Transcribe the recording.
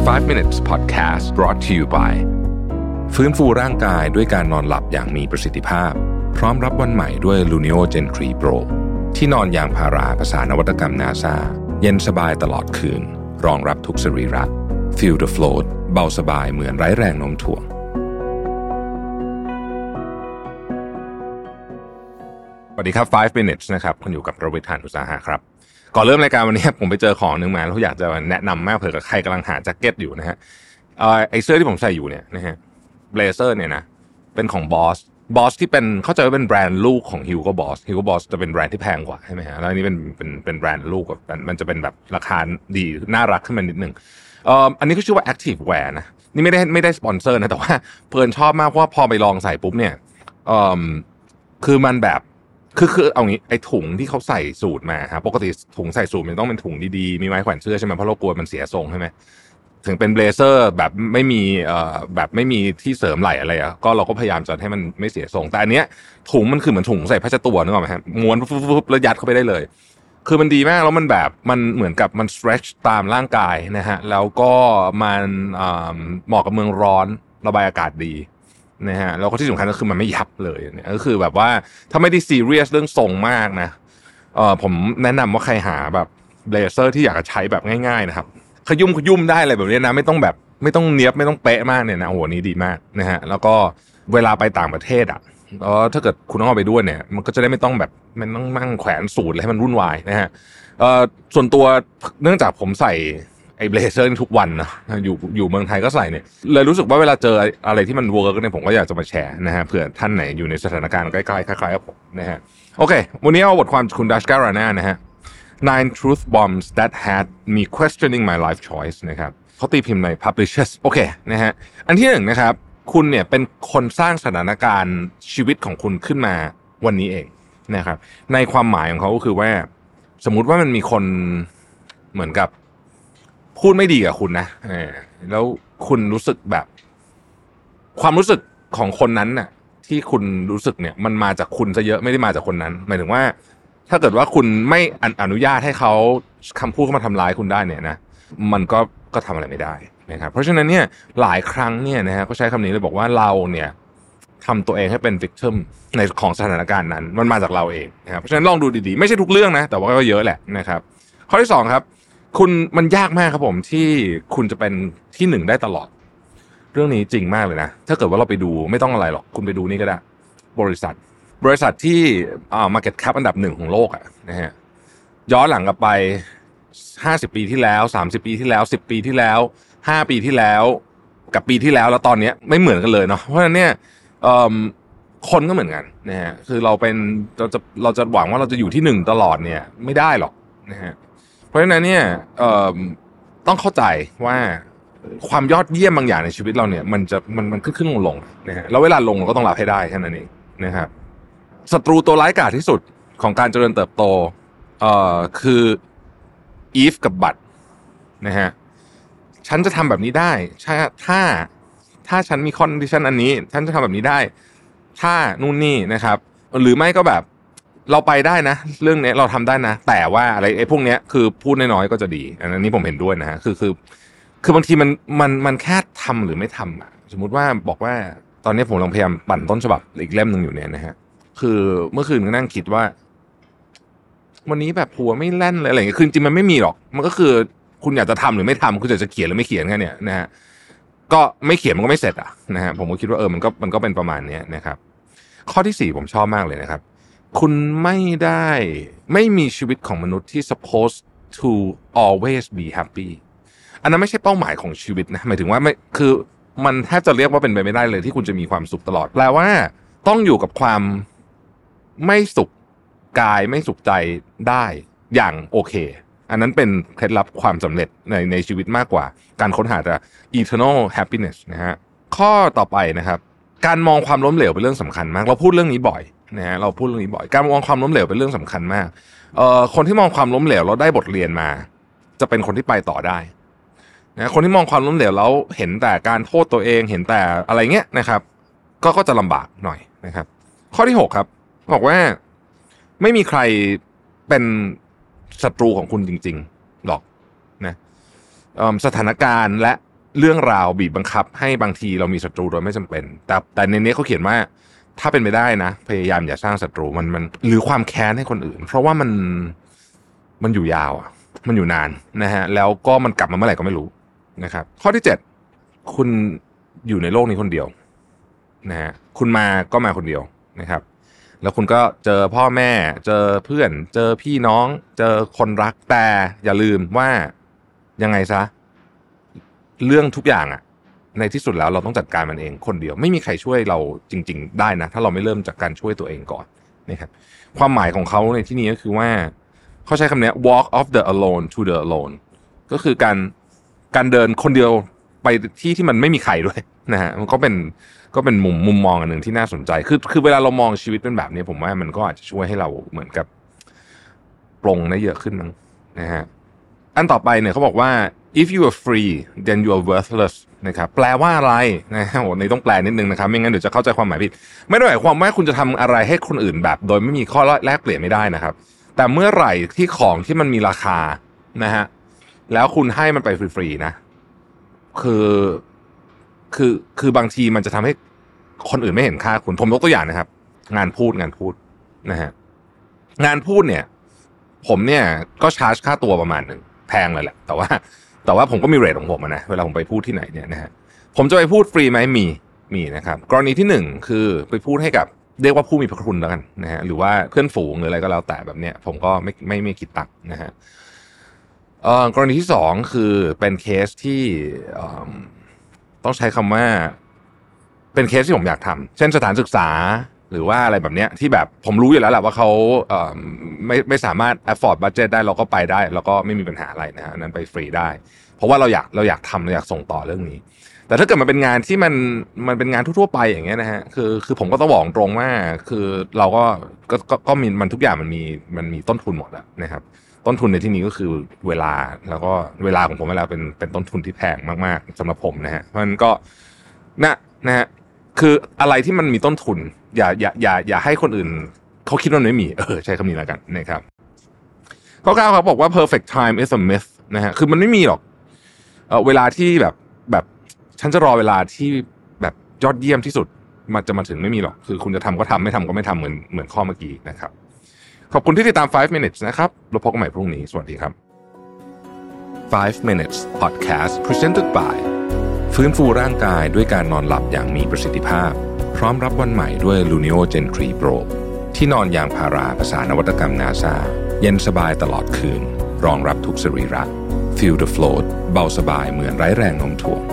5 minutes podcast brought to you by ฟื้นฟูร่างกายด้วยการนอนหลับอย่างมีประสิทธิภาพพร้อมรับวันใหม่ด้วย Luno Gen 3 Pro ที่นอนยางพาราภาษานวัตกรรม NASA เย็นสบายตลอดคืนรองรับทุกสรีระ Feel the float เบาสบายเหมือนไร้แรงโน้มถ่วงสวัสดีครับ5 minutes นะครับคุณอยู่กับประวิทย์ หาญอุตสาหะครับก่อนเริ่มรายการวันนี้ผมไปเจอของนึงมาแล้วอยากจะแนะนำมากเผื่อใครกำลังหาแจ็คเก็ตอยู่นะฮะไอเสื้อที่ผมใส่อยู่เนี่ยนะฮะเบลเซอร์เนี่ยนะเป็นของบอสที่เป็นเข้าใจว่าเป็นแบรนด์ลูกของ Hugo Boss จะเป็นแบรนด์ที่แพงกว่าใช่ไหมฮะแล้วอันนี้เป็นแบรนด์ลูกแบบมันจะเป็นแบบราคาดีน่ารักขึ้นมานิดนึงอันนี้ก็ชื่อว่า Active Wear นะนี่ไม่ได้สปอนเซอร์นะแต่ว่าเพลินชอบมากเพราะว่าพอไปลองใส่ปุ๊บเนี่ยคือมันแบบคือเอางี้ไอ้ถุงที่เขาใส่สูตรมาครับปกติถุงใส่สูตรมันต้องเป็นถุงดีๆมีไม้แขวนเสื้อใช่ไหมเพราะเรากลัวมันเสียทรงใช่ไหมถึงเป็นเบลเซอร์แบบไม่มีแบบไม่มีที่เสริมไหล่อะไรอ่ะก็เราก็พยายามจะให้มันไม่เสียทรงแต่อันเนี้ยถุงมันคือเหมือนถุงใส่ผ้าเช็ดตัวนึกออกไหมฮะม้วนปุ๊บแล้วยัดเข้าไปได้เลยคือมันดีมากแล้วมันแบบมันเหมือนกับมัน stretch ตามร่างกายนะฮะแล้วก็มันเหมาะกับเมืองร้อนระบายอากาศดีนะฮะแล้วก็ที่สำคัญก็คือมันไม่ยับเลยเนี่ยก็คือแบบว่าถ้าไม่ได้ซีเรียสเรื่องทรงมากนะผมแนะนำว่าใครหาแบบเบลเซอร์ที่อยากจะใช้แบบง่ายๆนะครับขยุ่มได้อะไรแบบนี้นะไม่ต้องเนียบไม่ต้องเป๊ะมากเนี่ยนะโอ้โหนี้ดีมากนะฮะแล้วก็เวลาไปต่างประเทศอ่ะถ้าเกิดคุณต้องเอาไปด้วยเนี่ยมันก็จะได้ไม่ต้องแบบมันต้องมั่งแขวนสูตรอะไรให้มันวุ่นวายนะฮะส่วนตัวเนื่องจากผมใส่ไอ้เบลเซอร์ทุกวันนะอยู่เมืองไทยก็ใส่เนี่ยเลยรู้สึกว่าเวลาเจออะไรที่มันเวิร์กเนี่ยผมก็อยากจะมาแชร์นะฮะเผื่อท่านไหนอยู่ในสถานการณ์ใกล้ๆคล้ายๆกับผมนะฮะโอเควันนี้เอาบทความคุณดัชการาน่านะฮะ 9 Truth Bombs That Had Me Questioning My Life Choice นะครับเขาตีพิมพ์ใน Publishers โอเคนะฮะอันที่หนึ่งนะครับคุณเนี่ยเป็นคนสร้างสถานการณ์ชีวิตของคุณขึ้นมาวันนี้เองนะครับในความหมายของเขาก็คือว่าสมมุติว่ามันมีคนเหมือนกับพูดไม่ดีกับคุณนะแล้วคุณรู้สึกแบบความรู้สึกของคนนั้นน่ะที่คุณรู้สึกเนี่ยมันมาจากคุณซะเยอะไม่ได้มาจากคนนั้นหมายถึงว่าถ้าเกิดว่าคุณไม่อนุญาตให้เขาคำพูดเข้ามาทำร้ายคุณได้เนี่ยนะมันก็ทำอะไรไม่ได้นะครับเพราะฉะนั้นเนี่ยหลายครั้งเนี่ยนะฮะก็ใช้คำนี้เลยบอกว่าเราเนี่ยทำตัวเองให้เป็น victim ในของสถานการณ์นั้นมันมาจากเราเองนะครับเพราะฉะนั้นลองดูดีๆไม่ใช่ทุกเรื่องนะแต่ว่าก็เยอะแหละนะครับข้อที่สองครับมันยากมากครับผมที่คุณจะเป็นที่หนึ่งได้ตลอดเรื่องนี้จริงมากเลยนะถ้าเกิดว่าเราไปดูไม่ต้องอะไรหรอกคุณไปดูนี่ก็ได้บริษัทที่market cap อันดับ1ของโลกอะนะฮะย้อนหลังกลับไป50ปีที่แล้ว30ปีที่แล้ว10ปีที่แล้ว5ปีที่แล้วกับปีที่แล้วแล้วตอนนี้ไม่เหมือนกันเลยเนาะเพราะฉะนั้นเนี่ยคนก็เหมือนกันนะฮะคือเราจะหวังว่าเราจะอยู่ที่1ตลอดเนี่ยไม่ได้หรอกนะฮะเพราะฉะนั้นเนี่ยต้องเข้าใจว่าความยอดเยี่ยมบางอย่างในชีวิตเราเนี่ยมันขึ้นลงนะฮะแล้วเวลาลงเราก็ต้องรับให้ได้แค่นั้นเองนะครับศัตรูตัวร้ายกาจที่สุดของการเจริญเติบโตคืออีฟกับบัตนะฮะฉันจะทำแบบนี้ได้ถ้าฉันมีคอนดิชันอันนี้ฉันจะทำแบบนี้ได้ถ้านู่นนี่นะครับหรือไม่ก็แบบเราไปได้นะเรื่องนี้เราทำได้นะแต่ว่าอะไรไอ้พวกเนี้ยคือพูดน้อยๆก็จะดีอันนี้ผมเห็นด้วยนะฮะคือบางทีมันแค่ทำหรือไม่ทำอะสมมุติว่าบอกว่าตอนนี้ผมกำลังพยายามปั่นต้นฉบับอีกเล่มนึงอยู่เนี่ยนะฮะคือเมื่อคืนก็นั่งคิดว่าวันนี้แบบหัวไม่แล่นเลยอะไรอย่างเงี้ยคือจริงมันไม่มีหรอกมันก็คือคุณอยากจะทำหรือไม่ทำคุณจะเขียนหรือไม่เขียนแค่เนี้ยนะฮะก็ไม่เขียนมันก็ไม่เสร็จอ่ะนะฮะผมก็คิดว่ามันก็เป็นประมาณนี้นะครับข้อที่4ผมชอบมากเลยนะครับคุณไม่มีชีวิตของมนุษย์ที่ supposed to always be happy อันนั้นไม่ใช่เป้าหมายของชีวิตนะหมายถึงว่าไม่คือมันแทบจะเรียกว่าเป็นไปไม่ได้เลยที่คุณจะมีความสุขตลอดแปลว่าต้องอยู่กับความไม่สุขกายไม่สุขใจได้อย่างโอเคอันนั้นเป็นเคล็ดลับความสำเร็จในชีวิตมากกว่าการค้นหาแต่ eternal happiness นะฮะข้อต่อไปนะครับการมองความล้มเหลวเป็นเรื่องสำคัญมากเราพูดเรื่องนี้บ่อยนะฮะเราพูดเรื่องนี้บ่อยการมองความล้มเหลวเป็นเรื่องสำคัญมากคนที่มองความล้มเหลวแล้วได้บทเรียนมาจะเป็นคนที่ไปต่อได้นะคนที่มองความล้มเหลวแล้วเห็นแต่การโทษตัวเองเห็นแต่อะไรเงี้ยนะครับก็จะลำบากหน่อยนะครับข้อที่6ครับบอกว่าไม่มีใครเป็นศัตรูของคุณจริงๆหรอกนะสถานการณ์และเรื่องราวบีบบังคับให้บางทีเรามีศัตรูโดยไม่จำเป็นแต่ในนี้เขาเขียนว่าถ้าเป็นไปได้นะพยายามอย่าสร้างศัตรูมันหรือความแค้นให้คนอื่นเพราะว่ามันอยู่ยาวมันอยู่นานนะฮะแล้วก็มันกลับมาเมื่อไหร่ก็ไม่รู้นะครับข้อที่7คุณอยู่ในโลกนี้คนเดียวนะฮะคุณมาก็มาคนเดียวนะครับแล้วคุณก็เจอพ่อแม่เจอเพื่อนเจอพี่น้องเจอคนรักแต่อย่าลืมว่ายังไงซะเรื่องทุกอย่างในที่สุดแล้วเราต้องจัดการมันเองคนเดียวไม่มีใครช่วยเราจริงๆได้นะถ้าเราไม่เริ่มจากการช่วยตัวเองก่อนนะครับความหมายของเขาในที่นี้ก็คือว่าเขาใช้คำนี้ walk off the alone to the alone ก็คือการเดินคนเดียวไปที่มันไม่มีใครด้วยนะฮะมันก็เป็นมุมมองอันหนึ่งที่น่าสนใจคือเวลาเรามองชีวิตเป็นแบบนี้ผมว่ามันก็อาจจะช่วยให้เราเหมือนกับปลงได้เยอะขึ้นมั้งนะฮะอันต่อไปเนี่ยเขาบอกว่า if you are free then you are worthless นะครับแปลว่าอะไรนะฮะในต้องแปลนิดนึงนะครับไม่งั้นเดี๋ยวจะเข้าใจความหมายผิดไม่ได้หมายความว่าคุณจะทำอะไรให้คนอื่นแบบโดยไม่มีข้อแลกเปลี่ยนไม่ได้นะครับแต่เมื่อไหร่ที่ของที่มันมีราคานะฮะแล้วคุณให้มันไปฟรีๆนะคือบางทีมันจะทำให้คนอื่นไม่เห็นค่าคุณผมยกตัวอย่างนะครับงานพูดนะฮะงานพูดเนี่ยผมเนี่ยก็ชาร์จค่าตัวประมาณนึงแพงเลยแหละแต่ว่าผมก็มีเรทของผมนะเวลาผมไปพูดที่ไหนเนี่ยนะฮะผมจะไปพูดฟรีไหมมีนะครับกรณีที่1คือไปพูดให้กับเรียกว่าผู้มีพระคุณแล้วกันนะฮะหรือว่าเพื่อนฝูงหรืออะไรก็แล้วแต่แบบเนี้ยผมก็ไม่คิดตังค์นะฮะกรณีที่2คือเป็นเคสที่ต้องใช้คำว่าเป็นเคสที่ผมอยากทำเช่นสถานศึกษาหรือว่าอะไรแบบเนี้ยที่แบบผมรู้อยู่แล้วแหละว่าเขาไม่สามารถ afford budget ได้เราก็ไปได้แล้วก็ไม่มีปัญหาอะไรนะฮะนั้นไปฟรีได้เพราะว่าเราอยากทำเราอยากส่งต่อเรื่องนี้แต่ถ้าเกิดมันเป็นงานที่มันเป็นงานทั่วๆไปอย่างเงี้ยนะฮะคือผมก็ต้องบอกตรงว่าคือเราก็มีมันทุกอย่างมันมีต้นทุนหมดอะนะครับต้นทุนในที่นี้ก็คือเวลาแล้วก็เวลาของผมเวลาเป็นต้นทุนที่แพงมากๆสำหรับผมนะฮะเพราะฉะนั้นก็นะฮะคืออะไรที่มันมีต้นทุนอย่าให้คนอื่นเขาคิดว่ามันไม่มีใช้คำนี้แล้วกันนะครับข้อ 9เขาบอกว่า perfect time is a myth นะฮะคือมันไม่มีหรอกเวลาที่แบบฉันจะรอเวลาที่แบบยอดเยี่ยมที่สุดมันจะมาถึงไม่มีหรอกคือคุณจะทำก็ทำไม่ทำก็ไม่ทำเหมือนข้อเมื่อกี้นะครับขอบคุณที่ติดตาม 5 minutes นะครับเราพบกันใหม่พรุ่งนี้สวัสดีครับ 5 minutes podcast presented by ฟื้นฟูร่างกายด้วยการนอนหลับอย่างมีประสิทธิภาพพร้อมรับวันใหม่ด้วย Luno Gen 3 Pro ที่นอนยางพาราภาษานวัตกรรม NASA เย็นสบายตลอดคืนรองรับทุกสรีระ Feel the float เบาสบายเหมือนไร้แรงโน้มถ่วง